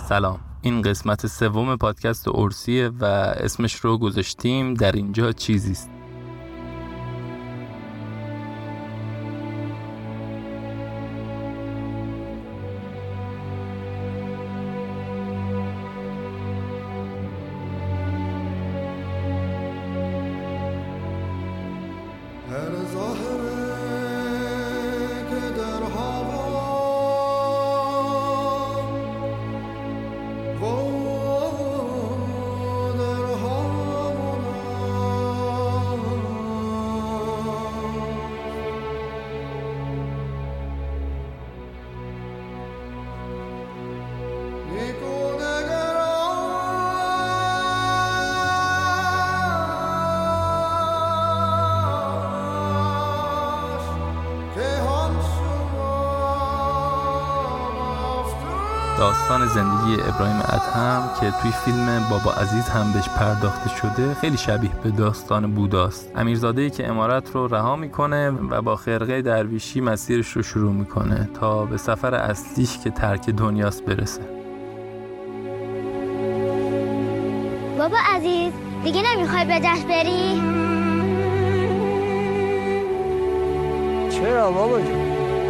سلام، این قسمت سوم پادکست ارسیه و اسمش رو گذاشتیم در اینجا چیزیست. داستان زندگی ابراهیم ادهم که توی فیلم بابا عزیز هم بهش پرداخته شده خیلی شبیه به داستان بوداست. امیرزاده‌ای که امارت رو رها میکنه و با خرقه درویشی مسیرش رو شروع میکنه تا به سفر اصلیش که ترک دنیاست برسه. بابا عزیز دیگه نمیخوای به دشت بری؟ چرا بابا جون؟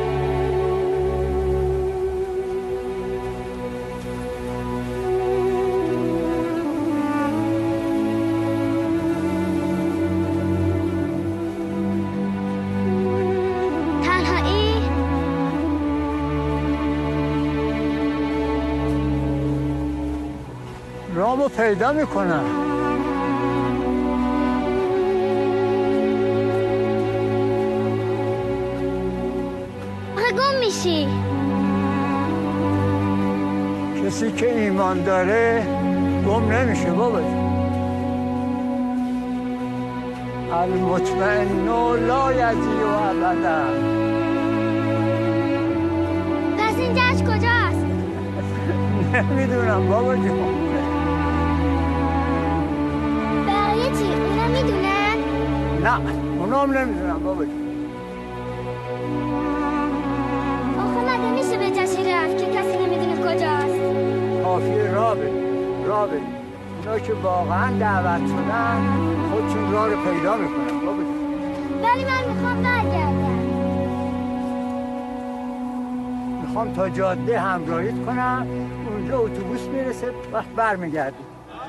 رامو پیدا میکنم. آخه گم میشی. کسی که ایمان داره گم نمیشه بابا. المطمئن لا یضیع ابدا. پس این دشت کجاست؟ نمیدونم بابا جون. چی؟ اونا میدونن؟ نه اونا هم نمیدونن بابا جون. آخه مگه میشه به جشن رفت که کسی نمیدونه کجاست؟ کافیه راه بریم. اونا که واقعا دعوت شدن خودشون راه رو پیدا میکنن بابا جون. ولی من میخوام برگردم. میخوام تا جاده همراهیت کنم، اونجا اتوبوس میرسه وقت برمیگردیم.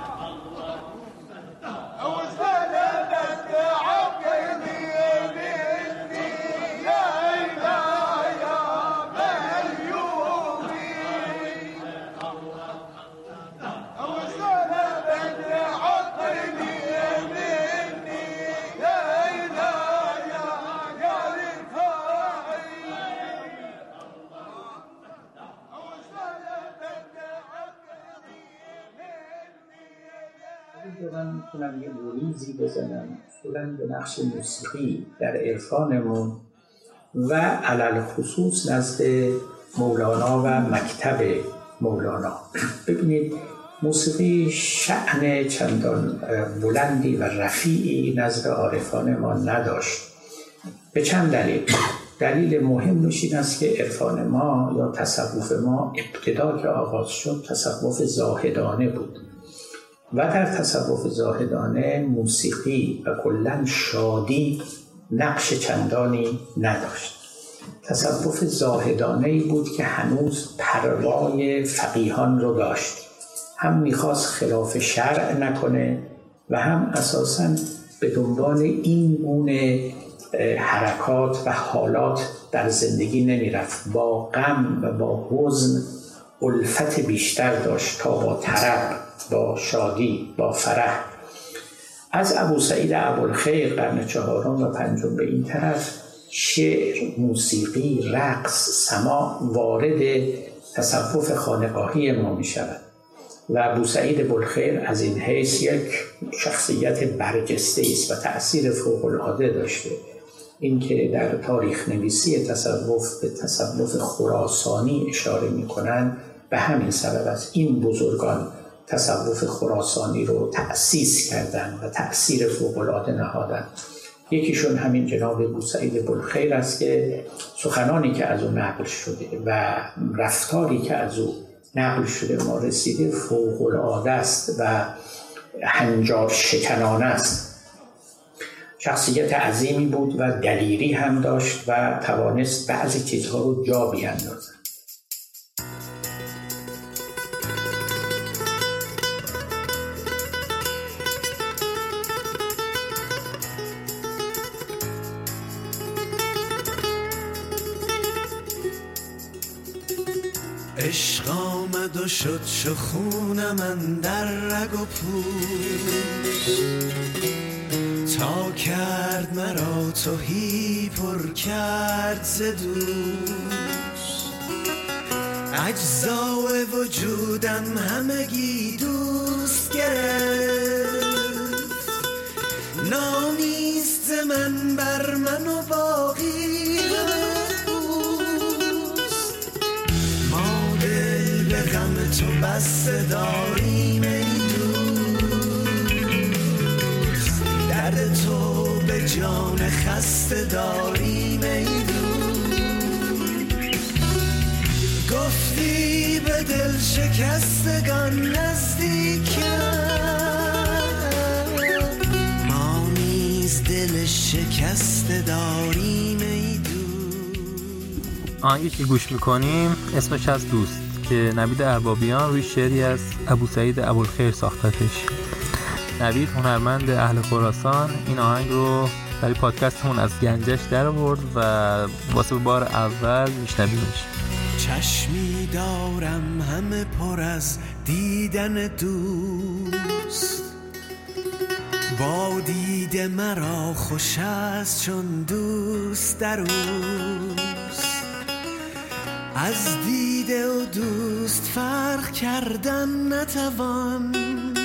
من میتونم یه گریزی بزنم اصولاً به نقش موسیقی در عرفانمون و علل خصوص نزد مولانا و مکتب مولانا. ببینید موسیقی شأن چندان بلندی و رفیعی نزد عارفان ما نداشت به چند دلیل. دلیل مهمش این است که عرفان ما یا تصوف ما ابتدا که آغاز شد تصوف زاهدانه بود و در تصوف زاهدانه موسیقی و کلاً شادی نقش چندانی نداشت. تصوف زاهدانه‌ای بود که هنوز پروای فقیهان رو داشت. هم میخواست خلاف شرع نکنه و هم اساساً به دنبال این گونه حرکات و حالات در زندگی نمیرفت. با غم و با حزن الفت بیشتر داشت تا با طرب، با شادی، با فرح. از ابو سعید ابوالخیر قرن چهارم و پنجم به این طرف شعر، موسیقی، رقص، سماع وارد تصوف خانقاهی ما می شود و ابو سعید ابوالخیر از این حیث یک شخصیت برجسته است و تأثیر فوق العاده داشته. این که در تاریخ نویسی تصوف به تصوف خراسانی اشاره می کنند به همین سبب است. این بزرگان تصوف خراسانی رو تأسیس کردند و تأثیر فوق‌العاده نهادند. یکیشون همین جناب ابو سعید ابوالخیر است که سخنانی که از او نقل شده و رفتاری که از او نقل شده ما رسیده فوق‌العاده است و هنجار شکنانه است. شخصیت عظیمی بود و دلیری هم داشت و توانست بعضی چیزها رو جا بیاندازد. عشق آمد و شد چو خونم اندر رگ و پوست، تا کرد مرا تهی پر کرد ز دوست. اجزای وجودم همگی دوست گرفت، نامیست ز من بر من و باقی غم تو بسته داریم ای دوست، درد تو به جان خسته داریم ای دوست. گفتی به دل شکستگان نزدیکم، ما نیز دل شکسته داریم ای دوست. آهنگی که گوش میکنیم اسمش از دوست که نوید اربابیان روی شعری از ابو سعید ابوالخیر ساختتش. نوید هنرمند اهل خراسان این آهنگ رو برای پادکستمون از گنجش در آورد و واسه بار اول میشنویمش. چشمی دارم همه پر از دیدن دوست، با دید مرا خوش است چون دوست در اوست. از دیده و دوست فرق کردن نتوان،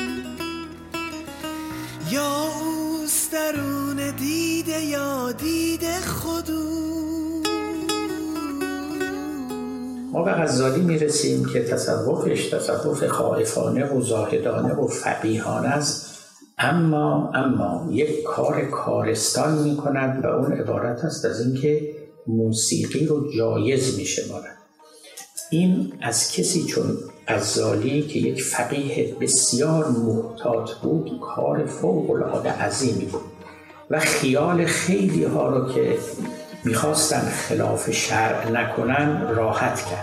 یا اوست درون دیده یا دیده خودو. ما به غزالی میرسیم که تصوفش تصوف خائفانه و زاهدانه و فقیهانه است، اما یک کار کارستان میکند و اون عبارت است از اینکه موسیقی رو جایز میشمارد. این از کسی چون غزالی که یک فقیه بسیار محتاط بود کار فوق‌العاده عظیمی بود و خیال خیلی ها رو که میخواستن خلاف شرع نکنن راحت کرد.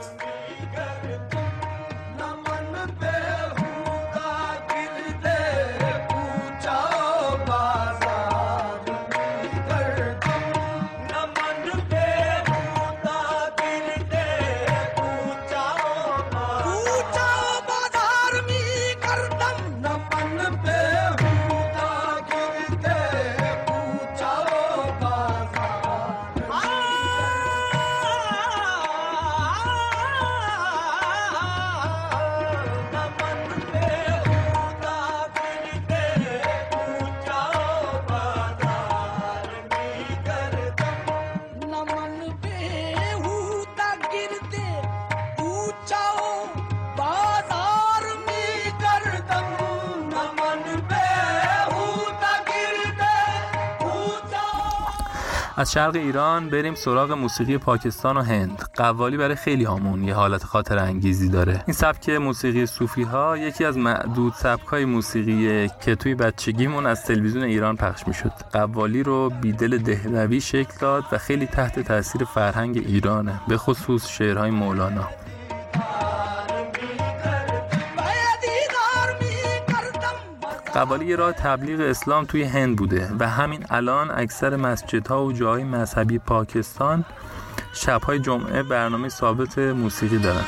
از شرق ایران بریم سراغ موسیقی پاکستان و هند. قوالی برای خیلی هامون یه حالت خاطر انگیزی داره. این سبک موسیقی صوفی ها یکی از معدود سبکای موسیقیه که توی بچگیمون از تلویزیون ایران پخش میشد. قوالی رو بیدل دهلوی شکل داد و خیلی تحت تاثیر فرهنگ ایرانه، به خصوص شعرهای مولانا. قوالی یه راه تبلیغ اسلام توی هند بوده و همین الان اکثر مسجدها و جاهای مذهبی پاکستان شب‌های جمعه برنامه ثابت موسیقی دارن.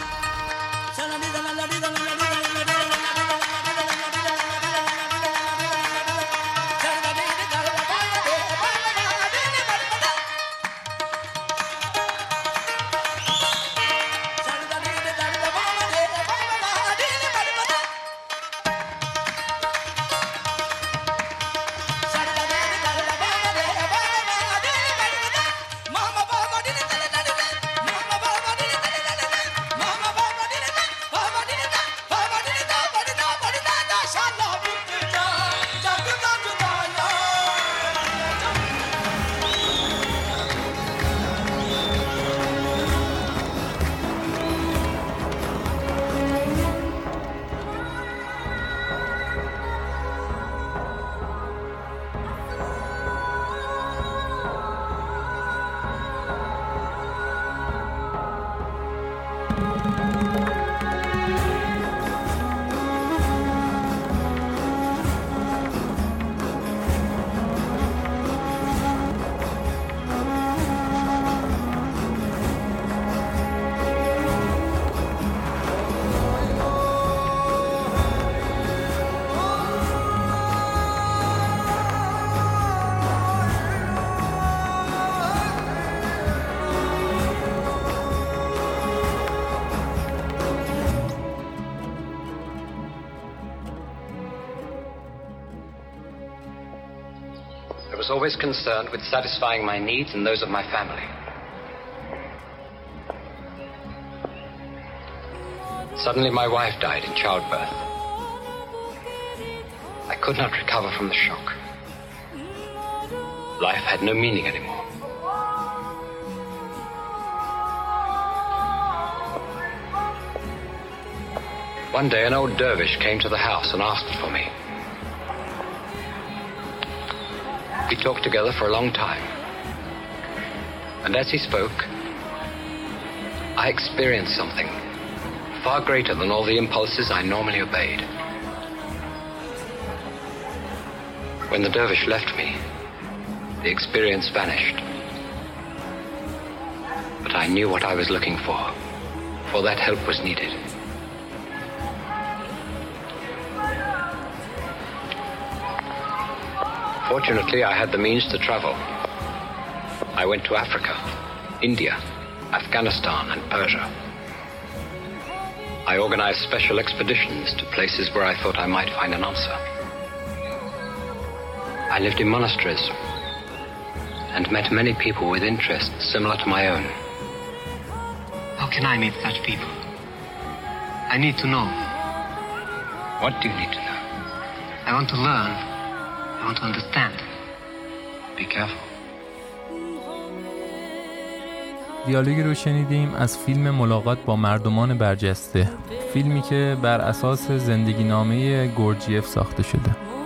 was always concerned with satisfying my needs and those of my family. Suddenly my wife died in childbirth. I could not recover from the shock. Life had no meaning anymore. One day an old dervish came to the house and asked for me. We talked together for a long time. And as he spoke, I experienced something far greater than all the impulses I normally obeyed. When the dervish left me, the experience vanished. But I knew what I was looking for that help was needed. Fortunately, I had the means to travel. I went to Africa, India, Afghanistan, and Persia. I organized special expeditions to places where I thought I might find an answer. I lived in monasteries and met many people with interests similar to my own. How can I meet such people? I need to know. What do you need to know? I want to learn. I want to understand. Be careful. دیالوگی رو شنیدیم از فیلم ملاقات با مردمان برجسته، فیلمی که بر اساس زندگی نامه گورجیف ساخته شده.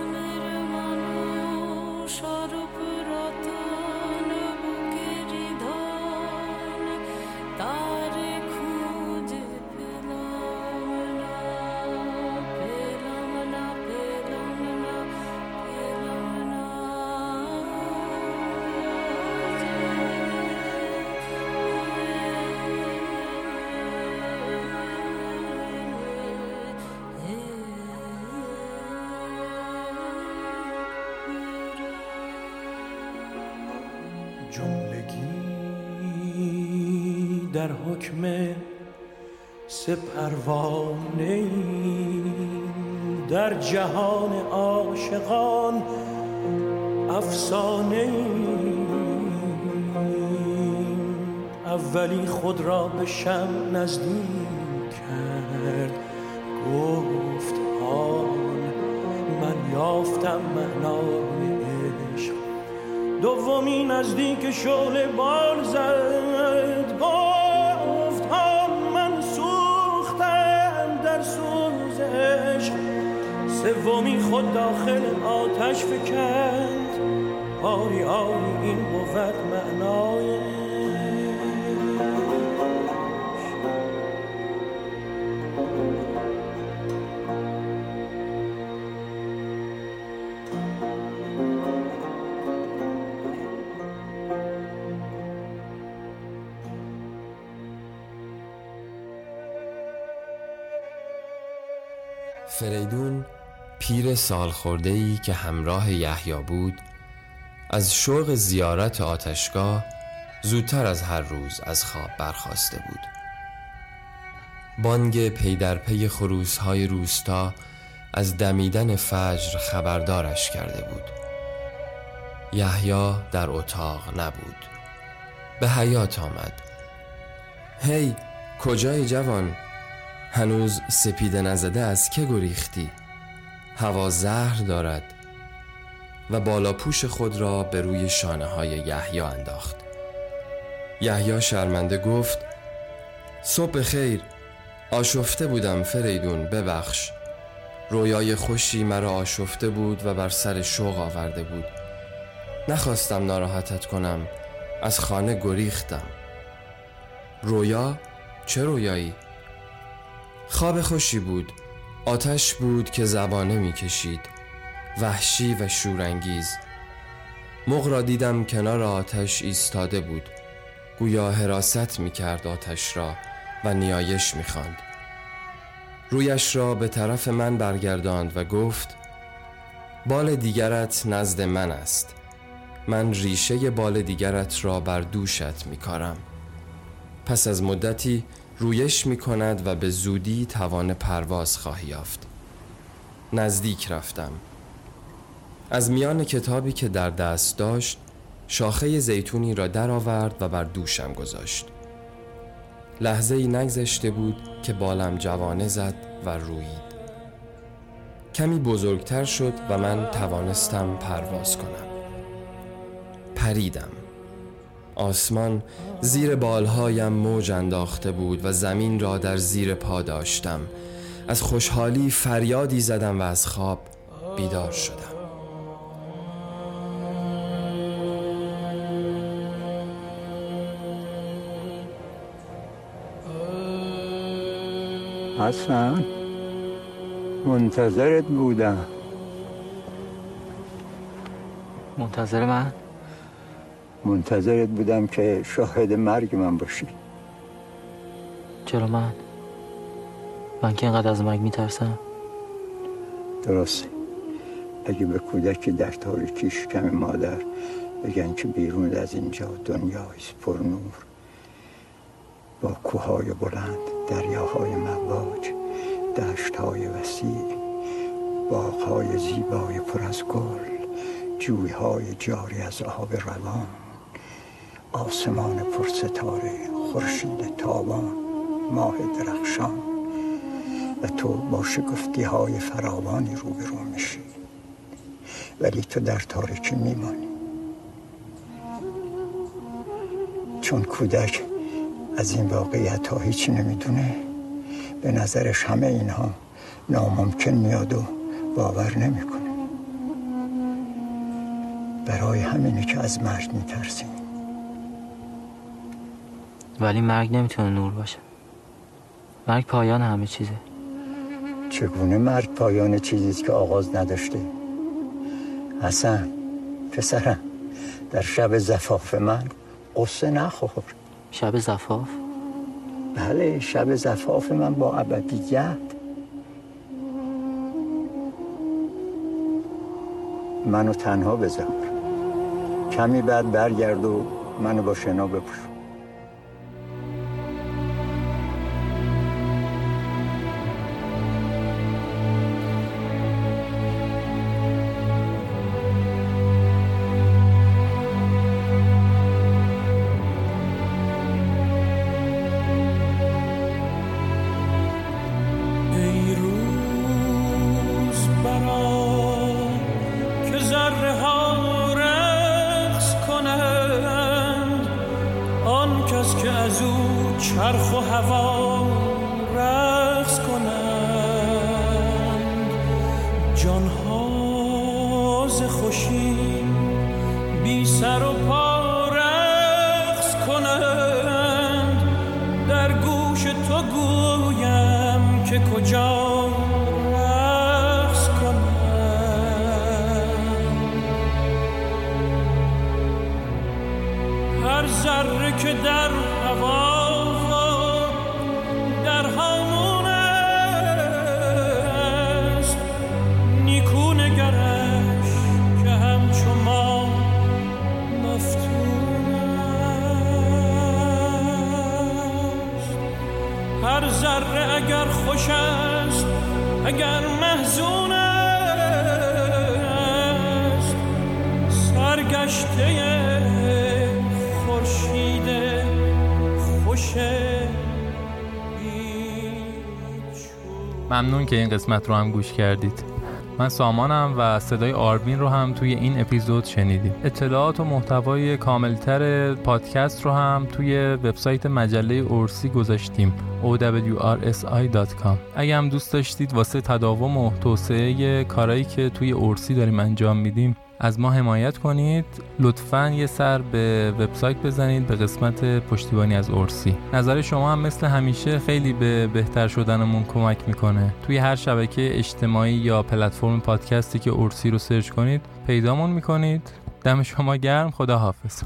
جملگی در حکم سه پروانه در جهان عاشقان افسانه اولی خود را به شم نزدیک کرد گفت آن من یافتم معنای عشق دومی نزدیک شعله بال زد گفت آن من سوختم در سوز عشق سومی خود داخل آتش فکند آری آری این بود معنای فریدون پیر سالخورده‌ای که همراه یحیی بود از شوق زیارت آتشگاه زودتر از هر روز از خواب برخاسته بود. بانگ پی در پی خروس‌های روستا از دمیدن فجر خبردارش کرده بود. یحیی در اتاق نبود. به حیاط آمد. هی کجای جوان؟ هنوز سپیده نزده از که گریختی؟ هوا زهر دارد. و بالا پوش خود را به روی شانه های یحیی انداخت. یحیی شرمنده گفت صبح خیر، آشفته بودم فریدون، ببخش. رویای خوشی مرا آشفته بود و بر سر شوق آورده بود. نخواستم ناراحتت کنم، از خانه گریختم. رویا؟ چه رویایی؟ خواب خوشی بود. آتش بود که زبانه می کشید، وحشی و شورانگیز. مرغ را دیدم کنار آتش ایستاده بود، گویا حراست می کرد آتش را و نیایش می خواند. رویش را به طرف من برگرداند و گفت بال دیگرت نزد من است، من ریشه بال دیگرت را بر دوشت می کارم. پس از مدتی رویش می کند و به زودی توان پرواز خواهی یافت. نزدیک رفتم. از میان کتابی که در دست داشت شاخه زیتونی را درآورد و بر دوشم گذاشت. لحظه‌ای نگذشته بود که بالم جوانه زد و رویید. کمی بزرگتر شد و من توانستم پرواز کنم. پریدم. آسمان زیر بالهایم موج انداخته بود و زمین را در زیر پا داشتم. از خوشحالی فریادی زدم و از خواب بیدار شدم. حسن، منتظرت بودم. منتظر من؟ منتظرت بودم که شاهد مرگ من باشی. چرا من؟ من که اینقدر از مرگ میترسم. درسته. اگه به کودکی در تاریکی شکم مادر بگن که بیرون از اینجا دنیایست پر نور، با کوههای بلند، دریاهای مواج، دشتهای وسیع، باغهای زیبای پر از گل، جویهای جاری از آب روان، آسمان پر ستاره، خورشید تابان، ماه درخشان، و تو با شگفتی‌های فراوانی روبرو میشی، ولی تو در تاریکی میمانی. چون کودک از این واقعیت ها هیچی نمیدونه، به نظرش همه اینها ناممکن میاد و باور نمیکنه. برای همینه که از مرگ میترسیم. ولی مرگ نمیتونه نور باشه. مرگ پایان همه چیزه. چگونه مرگ پایان چیزیست که آغاز نداشته؟ حسن پسرم، در شب زفاف من قصه نخور. شب زفاف؟ بله، شب زفاف من با ابدیت. منو تنها بذار، کمی بعد برگرد و منو با شنا بپوش. چرخ و هوا رقص کنند، جانها ز خوشی بی سر و پا رقص کنند. در گوش تو گویم که کجا رقص کنند. هر ذره که در هوا اگر خوش است، اگر محزون است، سرگشته خورشید خوش. ممنون که این قسمت رو هم گوش کردید. من سامانم و صدای آرمین رو هم توی این اپیزود شنیدیم. اطلاعات و محتوای کاملتر پادکست رو هم توی وبسایت مجله ارسی گذاشتیم owrsi.com. اگه هم دوست داشتید واسه تداوم و توسعه کارهایی که توی ارسی داریم انجام میدیم از ما حمایت کنید، لطفاً یه سر به وبسایت بزنید به قسمت پشتیبانی از ارسی. نظر شما هم مثل همیشه خیلی به بهتر شدنمون کمک میکنه. توی هر شبکه اجتماعی یا پلتفرم پادکستی که ارسی رو سرچ کنید پیدامون میکنید. دم شما گرم. خدا حافظ.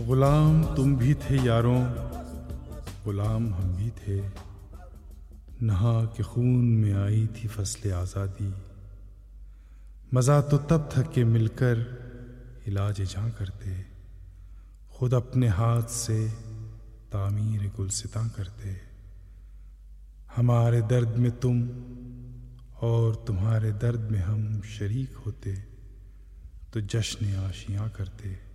गुलाम तुम भी थे यारों, गुलाम हम भी थे, नहा के खून में आई थी फसले आज़ादी। मज़ा तो तब था कि मिलकर इलाज जां करते, खुद अपने हाथ से तामीर गुलसितां करते। हमारे दर्द में तुम और तुम्हारे दर्द में हम शरीक होते, तो जश्न आशियां करते।